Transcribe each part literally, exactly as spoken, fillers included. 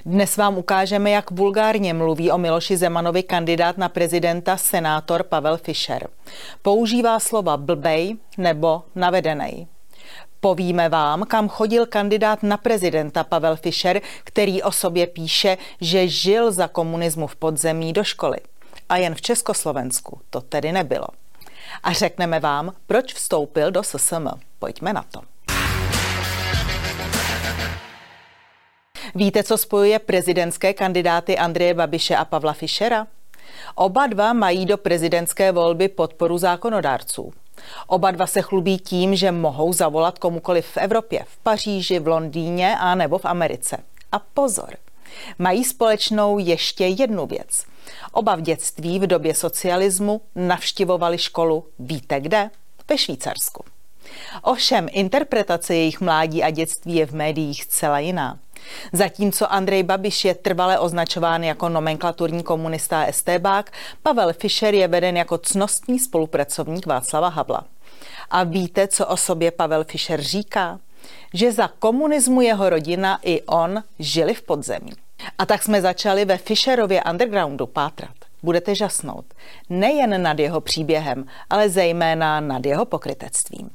Dnes vám ukážeme, jak vulgárně mluví o Miloši Zemanovi kandidát na prezidenta senátor Pavel Fischer. Používá slova blbej nebo navedenej. Povíme vám, kam chodil kandidát na prezidenta Pavel Fischer, který o sobě píše, že žil za komunismu v podzemí do školy. A jen v Československu to tedy nebylo. A řekneme vám, proč vstoupil do S S M. Pojďme na to. Víte, co spojuje prezidentské kandidáty Andreje Babiše a Pavla Fischera? Oba dva mají do prezidentské volby podporu zákonodárců. Oba dva se chlubí tím, že mohou zavolat komukoliv v Evropě, v Paříži, v Londýně a nebo v Americe. A pozor, mají společnou ještě jednu věc. Oba v dětství v době socialismu navštěvovali školu, víte kde? Ve Švýcarsku. Ovšem interpretace jejich mládí a dětství je v médiích zcela jiná. Zatímco Andrej Babiš je trvale označován jako nomenklaturní komunista a estébák, Pavel Fischer je veden jako cnostný spolupracovník Václava Havla. A víte, co o sobě Pavel Fischer říká? Že za komunismu jeho rodina i on žili v podzemí. A tak jsme začali ve Fischerově undergroundu pátrat. Budete žasnout. Nejen nad jeho příběhem, ale zejména nad jeho pokrytectvím.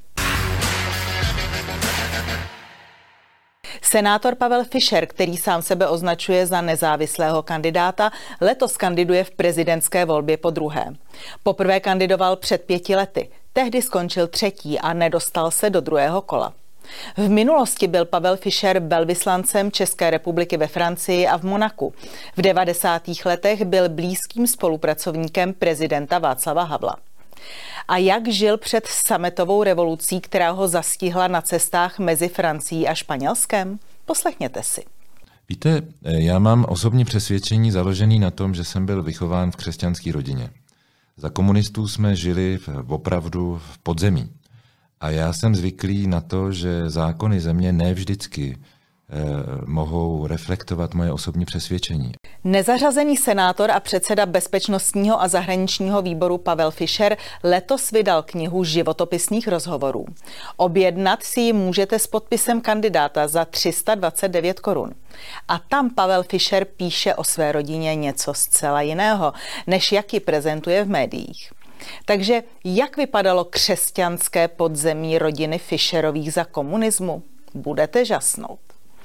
Senátor Pavel Fischer, který sám sebe označuje za nezávislého kandidáta, letos kandiduje v prezidentské volbě podruhé. Poprvé kandidoval před pěti lety, tehdy skončil třetí a nedostal se do druhého kola. V minulosti byl Pavel Fischer velvyslancem České republiky ve Francii a v Monaku. V devadesátých letech byl blízkým spolupracovníkem prezidenta Václava Havla. A jak žil před sametovou revolucí, která ho zastihla na cestách mezi Francií a Španělskem? Poslechněte si. Víte, já mám osobní přesvědčení založený na tom, že jsem byl vychován v křesťanské rodině. Za komunistů jsme žili v, opravdu v podzemí. A já jsem zvyklý na to, že zákony země ne vždycky eh, mohou reflektovat moje osobní přesvědčení. Nezařazený senátor a předseda bezpečnostního a zahraničního výboru Pavel Fischer letos vydal knihu životopisných rozhovorů. Objednat si ji můžete s podpisem kandidáta za tři sta dvacet devět korun. A tam Pavel Fischer píše o své rodině něco zcela jiného, než jak ji prezentuje v médiích. Takže jak vypadalo křesťanské podzemí rodiny Fischerových za komunismu? Budete žasnout.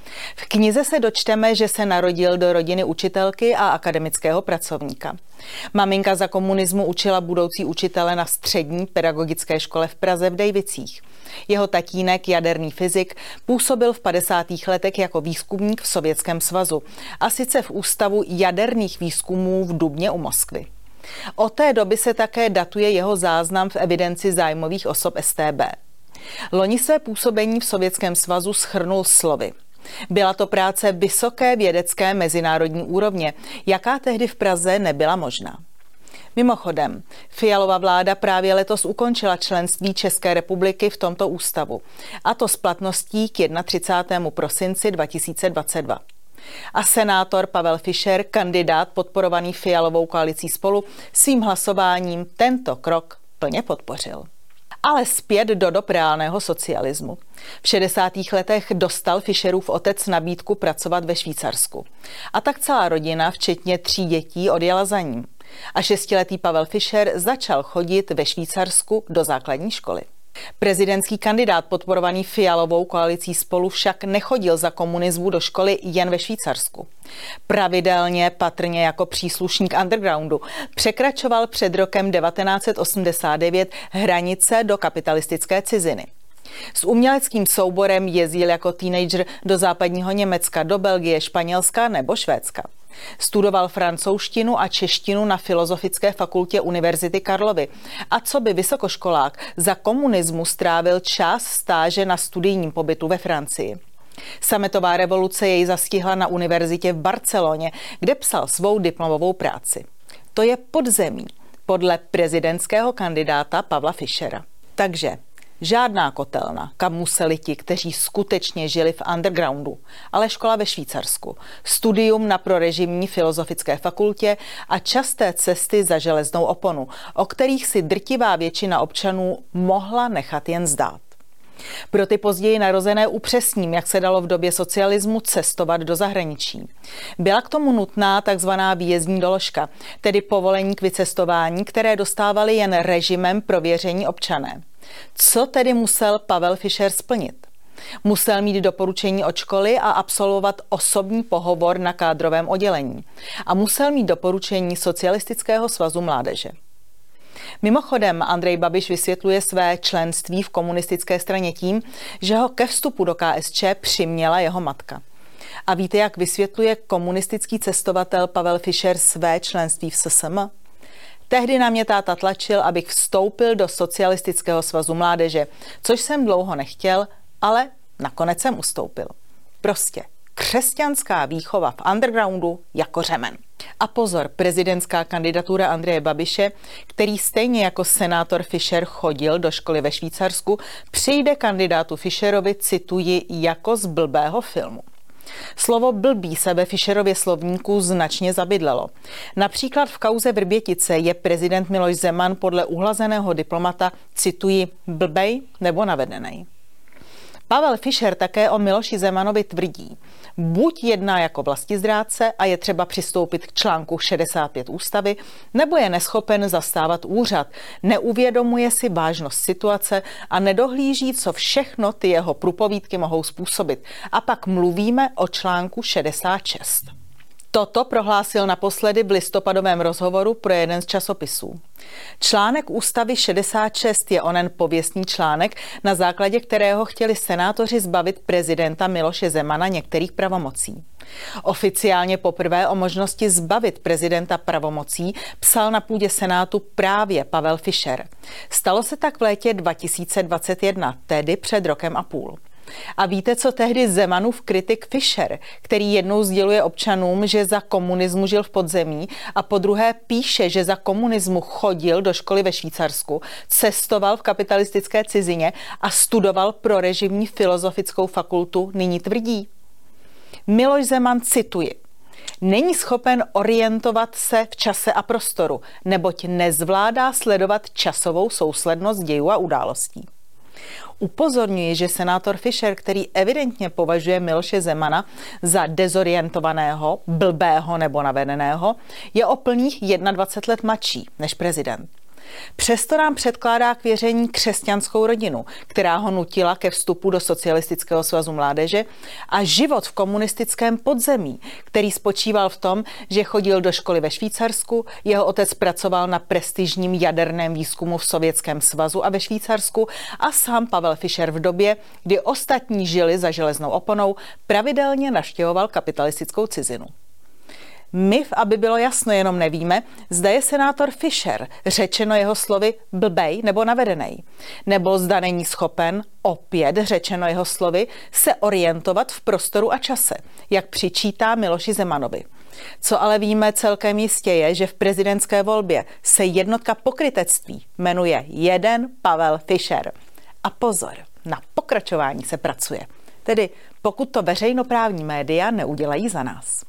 V knize se dočteme, že se narodil do rodiny učitelky a akademického pracovníka. Maminka za komunismu učila budoucí učitele na střední pedagogické škole v Praze v Dejvicích. Jeho tatínek, jaderný fyzik, působil v padesátých letech jako výzkumník v Sovětském svazu, a sice v Ústavu jaderných výzkumů v Dubně u Moskvy. Od té doby se také datuje jeho záznam v evidenci zájmových osob S T B. Loni své působení v Sovětském svazu shrnul slovy. Byla to práce vysoké vědecké mezinárodní úrovně, jaká tehdy v Praze nebyla možná. Mimochodem, Fialova vláda právě letos ukončila členství České republiky v tomto ústavu, a to s platností k třicátému prvnímu prosinci dva tisíce dvacet dva. A senátor Pavel Fischer, kandidát podporovaný Fialovou koalicí Spolu, svým hlasováním tento krok plně podpořil. Ale zpět do dob reálného socialismu. V šedesátých letech dostal Fischerův otec nabídku pracovat ve Švýcarsku. A tak celá rodina, včetně tří dětí, odjela za ním. A šestiletý Pavel Fischer začal chodit ve Švýcarsku do základní školy. Prezidentský kandidát podporovaný Fialovou koalicí Spolu však nechodil za komunismu do školy jen ve Švýcarsku. Pravidelně, patrně jako příslušník undergroundu, překračoval před rokem devatenáct set osmdesát devět hranice do kapitalistické ciziny. S uměleckým souborem jezdil jako teenager do západního Německa, do Belgie, Španělska nebo Švédska. Studoval francouzštinu a češtinu na Filozofické fakultě Univerzity Karlovy a coby vysokoškolák za komunismu strávil čas stáže na studijním pobytu ve Francii. Sametová revoluce jej zastihla na univerzitě v Barceloně, kde psal svou diplomovou práci. To je podzemí, podle prezidentského kandidáta Pavla Fischera. Takže žádná kotelna, kam museli ti, kteří skutečně žili v undergroundu, ale škola ve Švýcarsku, studium na prorežimní filozofické fakultě a časté cesty za železnou oponu, o kterých si drtivá většina občanů mohla nechat jen zdát. Pro ty později narozené upřesním, jak se dalo v době socialismu cestovat do zahraničí. Byla k tomu nutná takzvaná výjezdní doložka, tedy povolení k vycestování, které dostávali jen režimem prověření občané. Co tedy musel Pavel Fischer splnit? Musel mít doporučení od školy a absolvovat osobní pohovor na kádrovém oddělení. A musel mít doporučení Socialistického svazu mládeže. Mimochodem, Andrej Babiš vysvětluje své členství v komunistické straně tím, že ho ke vstupu do K S Č přiměla jeho matka. A víte, jak vysvětluje komunistický cestovatel Pavel Fischer své členství v S S M? Tehdy na mě táta tlačil, abych vstoupil do Socialistického svazu mládeže, což jsem dlouho nechtěl, ale nakonec jsem ustoupil. Prostě křesťanská výchova v undergroundu jako řemen. A pozor, prezidentská kandidatura Andreje Babiše, který stejně jako senátor Fischer chodil do školy ve Švýcarsku, přijde kandidátu Fischerovi, cituji, jako z blbého filmu. Slovo blbý se ve Fischerově slovníku značně zabydlelo. Například v kauze Vrbětice je prezident Miloš Zeman podle uhlazeného diplomata, cituji, blbej nebo navedenej. Pavel Fischer také o Miloši Zemanovi tvrdí, buď jedná jako vlastizrádce a je třeba přistoupit k článku šedesát pět ústavy, nebo je neschopen zastávat úřad, neuvědomuje si vážnost situace a nedohlíží, co všechno ty jeho průpovídky mohou způsobit. A pak mluvíme o článku šedesát šest. Toto prohlásil naposledy v listopadovém rozhovoru pro jeden z časopisů. Článek ústavy šedesát šest je onen pověstný článek, na základě kterého chtěli senátoři zbavit prezidenta Miloše Zemana některých pravomocí. Oficiálně poprvé o možnosti zbavit prezidenta pravomocí psal na půdě Senátu právě Pavel Fischer. Stalo se tak v létě dva tisíce dvacet jedna, tedy před rokem a půl. A víte, co tehdy Zemanův kritik Fischer, který jednou sděluje občanům, že za komunismu žil v podzemí a po druhé píše, že za komunismu chodil do školy ve Švýcarsku, cestoval v kapitalistické cizině a studoval pro režimní filozofickou fakultu, nyní tvrdí? Miloš Zeman, cituji, není schopen orientovat se v čase a prostoru, neboť nezvládá sledovat časovou souslednost dějů a událostí. Upozorňuji, že senátor Fischer, který evidentně považuje Miloše Zemana za dezorientovaného, blbého nebo navedeného, je o plných dvacet jedna let mladší než prezident. Přesto nám předkládá k věření křesťanskou rodinu, která ho nutila ke vstupu do Socialistického svazu mládeže a život v komunistickém podzemí, který spočíval v tom, že chodil do školy ve Švýcarsku, jeho otec pracoval na prestižním jaderném výzkumu v Sovětském svazu a ve Švýcarsku a sám Pavel Fischer v době, kdy ostatní žili za železnou oponou, pravidelně navštěvoval kapitalistickou cizinu. My, aby bylo jasno, jenom nevíme, zda je senátor Fischer, řečeno jeho slovy, blbej nebo navedenej. Nebo zda není schopen, opět řečeno jeho slovy, se orientovat v prostoru a čase, jak přičítá Miloši Zemanovi. Co ale víme celkem jistě je, že v prezidentské volbě se jednotka pokrytectví jmenuje jeden Pavel Fischer. A pozor, na pokračování se pracuje. Tedy pokud to veřejnoprávní média neudělají za nás.